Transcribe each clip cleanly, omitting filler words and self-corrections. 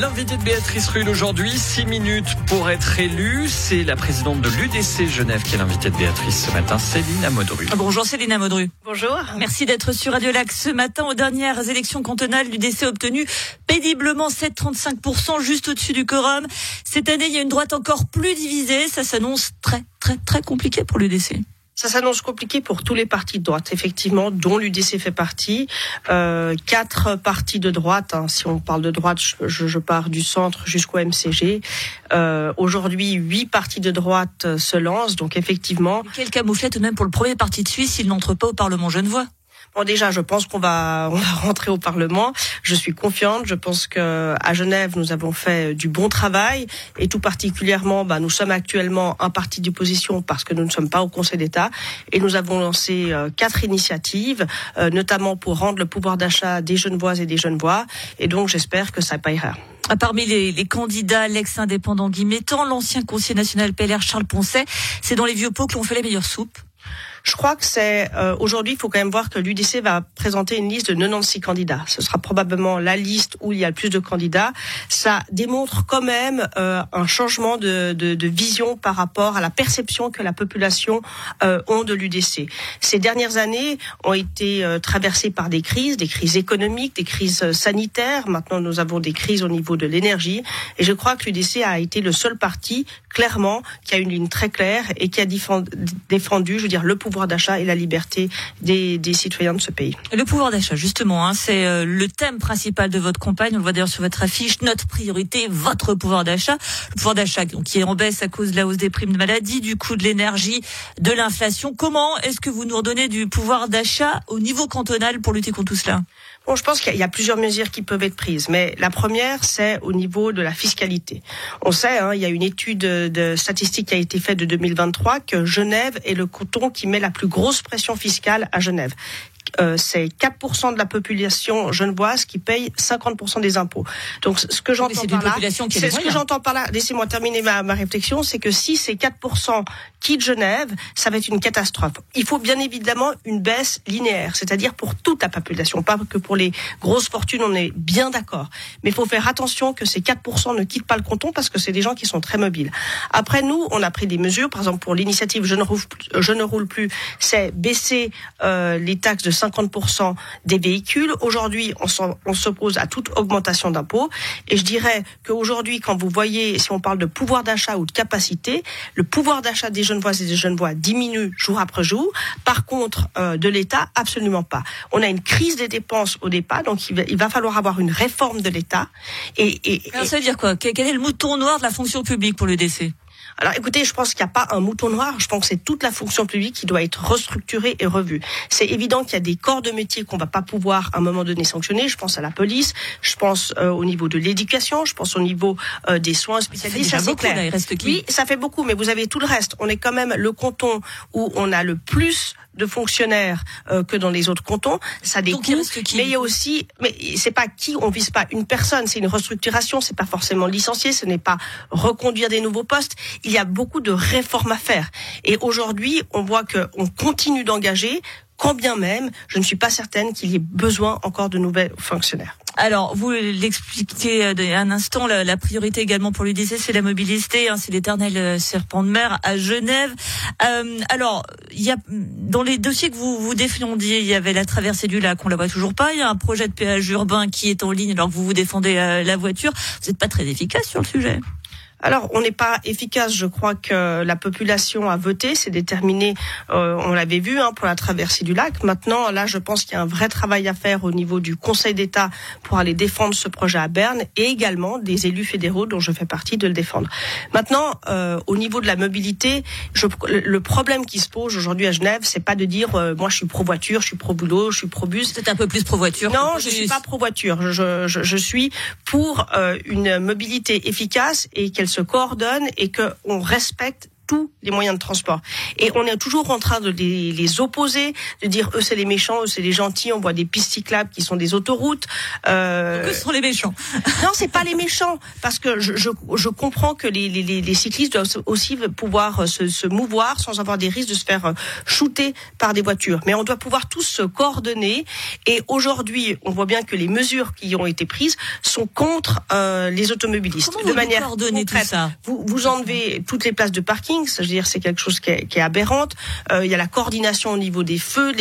L'invité de Béatrice Rulle aujourd'hui, 6 minutes pour être élue. C'est la présidente de l'UDC Genève qui est l'invitée de Béatrice ce matin, Céline Amodru. Bonjour Céline Amodru. Bonjour. Merci d'être sur Radio Lac ce matin. Aux dernières élections cantonales, l'UDC a obtenu péniblement 7,35%, juste au-dessus du quorum. Cette année, il y a une droite encore plus divisée. Ça s'annonce très compliqué pour l'UDC. Ça s'annonce compliqué pour tous les partis de droite, effectivement, dont l'UDC fait partie. 4 partis de droite, si on parle de droite, je pars du centre jusqu'au MCG. Aujourd'hui, 8 partis de droite se lancent, donc effectivement... Quel camouflet tout de même pour le premier parti de Suisse, il n'entre pas au Parlement genevois. Bon, déjà, je pense qu'on va rentrer au Parlement. Je suis confiante. Je pense que à Genève, nous avons fait du bon travail et tout particulièrement, nous sommes actuellement un parti d'opposition parce que nous ne sommes pas au Conseil d'État et nous avons lancé 4 initiatives, notamment pour rendre le pouvoir d'achat des Genevoises et des Genevois. Et donc, j'espère que ça payera. Parmi les candidats, l'ex-indépendant Guy Mettan, l'ancien conseiller national PLR Charles Poncet, c'est dans les vieux pots que l'on fait les meilleures soupes. Je crois que c'est aujourd'hui, il faut quand même voir que l'UDC va présenter une liste de 96 candidats. Ce sera probablement la liste où il y a le plus de candidats. Ça démontre quand même un changement de vision par rapport à la perception que la population ont de l'UDC. Ces dernières années ont été traversées par des crises économiques, des crises sanitaires. Maintenant, nous avons des crises au niveau de l'énergie. Et je crois que l'UDC a été le seul parti, clairement, qui a une ligne très claire et qui a défendu, je veux dire, le pouvoir d'achat et la liberté des citoyens de ce pays. Le pouvoir d'achat, justement, c'est le thème principal de votre campagne. On le voit d'ailleurs sur votre affiche. Notre priorité, votre pouvoir d'achat. Le pouvoir d'achat donc, qui est en baisse à cause de la hausse des primes de maladie, du coût de l'énergie, de l'inflation. Comment est-ce que vous nous redonnez du pouvoir d'achat au niveau cantonal pour lutter contre tout cela ? Bon, je pense qu'il y a plusieurs mesures qui peuvent être prises, mais la première, c'est au niveau de la fiscalité. On sait, il y a une étude de statistique qui a été faite de 2023 que Genève est le canton qui met la plus grosse pression fiscale à Genève. C'est 4% de la population genevoise qui paye 50% des impôts. Donc, ce que j'entends par là, laissez-moi terminer ma réflexion, c'est que si ces 4% quittent Genève, ça va être une catastrophe. Il faut bien évidemment une baisse linéaire, c'est-à-dire pour toute la population, pas que pour les grosses fortunes, on est bien d'accord. Mais il faut faire attention que ces 4% ne quittent pas le canton parce que c'est des gens qui sont très mobiles. Après, nous, on a pris des mesures, par exemple pour l'initiative Je ne roule plus, c'est baisser les taxes de 50% des véhicules. Aujourd'hui, on s'oppose à toute augmentation d'impôts. Et je dirais qu'aujourd'hui, quand vous voyez, si on parle de pouvoir d'achat ou de capacité, le pouvoir d'achat des Genevoises et des Genevois diminue jour après jour. Par contre, de l'État, absolument pas. On a une crise des dépenses au départ, donc il va falloir avoir une réforme de l'État. Alors, ça veut dire quoi ? Quel est le mouton noir de la fonction publique pour l'UDC ? Alors écoutez, je pense qu'il n'y a pas un mouton noir, je pense que c'est toute la fonction publique qui doit être restructurée et revue. C'est évident qu'il y a des corps de métier qu'on va pas pouvoir à un moment donné sanctionner, je pense à la police, je pense au niveau de l'éducation, je pense au niveau des soins spécialisés, ça c'est clair. Là, il reste qui ? Oui, ça fait beaucoup, mais vous avez tout le reste. On est quand même le canton où on a le plus de fonctionnaires que dans les autres cantons, ça des coûts, mais il y a aussi, mais c'est pas qui, on vise pas une personne, c'est une restructuration, c'est pas forcément licencier, ce n'est pas reconduire des nouveaux postes, il y a beaucoup de réformes à faire. Et aujourd'hui, on voit qu'on continue d'engager, quand bien même, je ne suis pas certaine qu'il y ait besoin encore de nouveaux fonctionnaires. Alors, vous l'expliquez un instant, la priorité également pour l'UDC, c'est la mobilité, c'est l'éternel serpent de mer à Genève. Alors, il y a dans les dossiers que vous défendiez, il y avait la traversée du lac, on la voit toujours pas. Il y a un projet de péage urbain qui est en ligne alors que vous défendez la voiture. Vous n'êtes pas très efficace sur le sujet. Alors, on n'est pas efficace. Je crois que la population a voté, c'est déterminé. On l'avait vu pour la traversée du lac. Maintenant, là, je pense qu'il y a un vrai travail à faire au niveau du Conseil d'État pour aller défendre ce projet à Berne et également des élus fédéraux dont je fais partie de le défendre. Maintenant, au niveau de la mobilité, le problème qui se pose aujourd'hui à Genève, c'est pas de dire moi je suis pro-voiture, je suis pro-boulot, je suis pro-bus. C'est un peu plus pro-voiture. Non, je suis pas pro-voiture. Je suis pour une mobilité efficace et qu'elle se coordonne et qu'on respecte tous les moyens de transport. Et on est toujours en train de les opposer, de dire eux c'est les méchants, eux c'est les gentils. On voit des pistes cyclables qui sont des autoroutes. Que sont les méchants? Non, c'est pas les méchants, parce que je comprends que les cyclistes doivent aussi pouvoir se mouvoir sans avoir des risques de se faire shooter par des voitures. Mais on doit pouvoir tous se coordonner. Et aujourd'hui, on voit bien que les mesures qui ont été prises sont contre les automobilistes. Comment de manière coordonner tout ça? Vous enlevez toutes les places de parking, je veux dire c'est quelque chose qui est aberrante. Il y a la coordination au niveau des feux,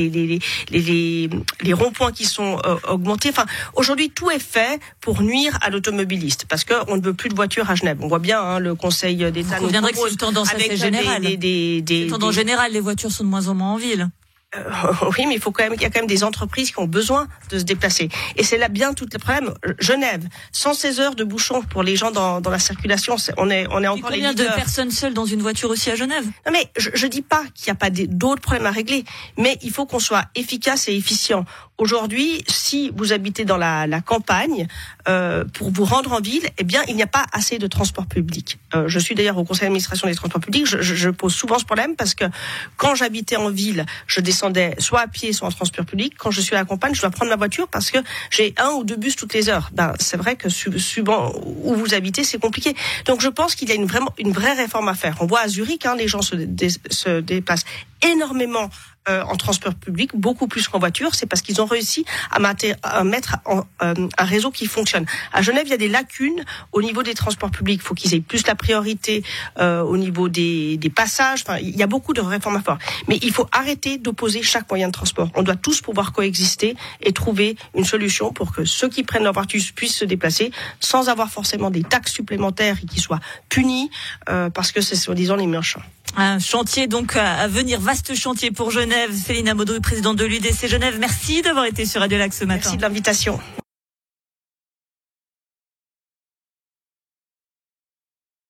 les ronds-points qui sont augmentés. Enfin, aujourd'hui tout est fait pour nuire à l'automobiliste, parce que on ne veut plus de voitures à Genève. On voit bien le Conseil d'État. Vous conviendrez que c'est une tendance assez générale. C'est une tendance générale. Les voitures sont de moins en moins en ville. Oui, mais il y a quand même des entreprises qui ont besoin de se déplacer. Et c'est là bien tout le problème. Genève, 116 heures de bouchons pour les gens dans la circulation. On est encore les leaders. Combien de personnes seules dans une voiture aussi à Genève? Non, mais je dis pas qu'il n'y a pas d'autres problèmes à régler, mais il faut qu'on soit efficace et efficient. Aujourd'hui, si vous habitez dans la campagne, pour vous rendre en ville, eh bien, il n'y a pas assez de transport public. Je suis d'ailleurs au conseil d'administration des transports publics. Je pose souvent ce problème parce que quand j'habitais en ville, je descendais soit à pied, soit en transport public. Quand je suis à la campagne, je dois prendre ma voiture parce que j'ai 1 ou 2 bus toutes les heures. C'est vrai que suivant où vous habitez, c'est compliqué. Donc, je pense qu'il y a une vraie réforme à faire. On voit à Zurich, les gens se déplacent énormément en transport public, beaucoup plus qu'en voiture. C'est parce qu'ils ont réussi à mettre un réseau qui fonctionne. À Genève, il y a des lacunes au niveau des transports publics. Il faut qu'ils aient plus la priorité au niveau des passages. Enfin, il y a beaucoup de réformes à faire. Mais il faut arrêter d'opposer chaque moyen de transport. On doit tous pouvoir coexister et trouver une solution pour que ceux qui prennent leur voiture puissent se déplacer sans avoir forcément des taxes supplémentaires et qu'ils soient punis parce que c'est soi-disant les méchants. Un chantier donc à venir, vaste chantier pour Genève. Céline Amodou, présidente de l'UDC Genève, merci d'avoir été sur Radio Lac ce matin. Merci de l'invitation.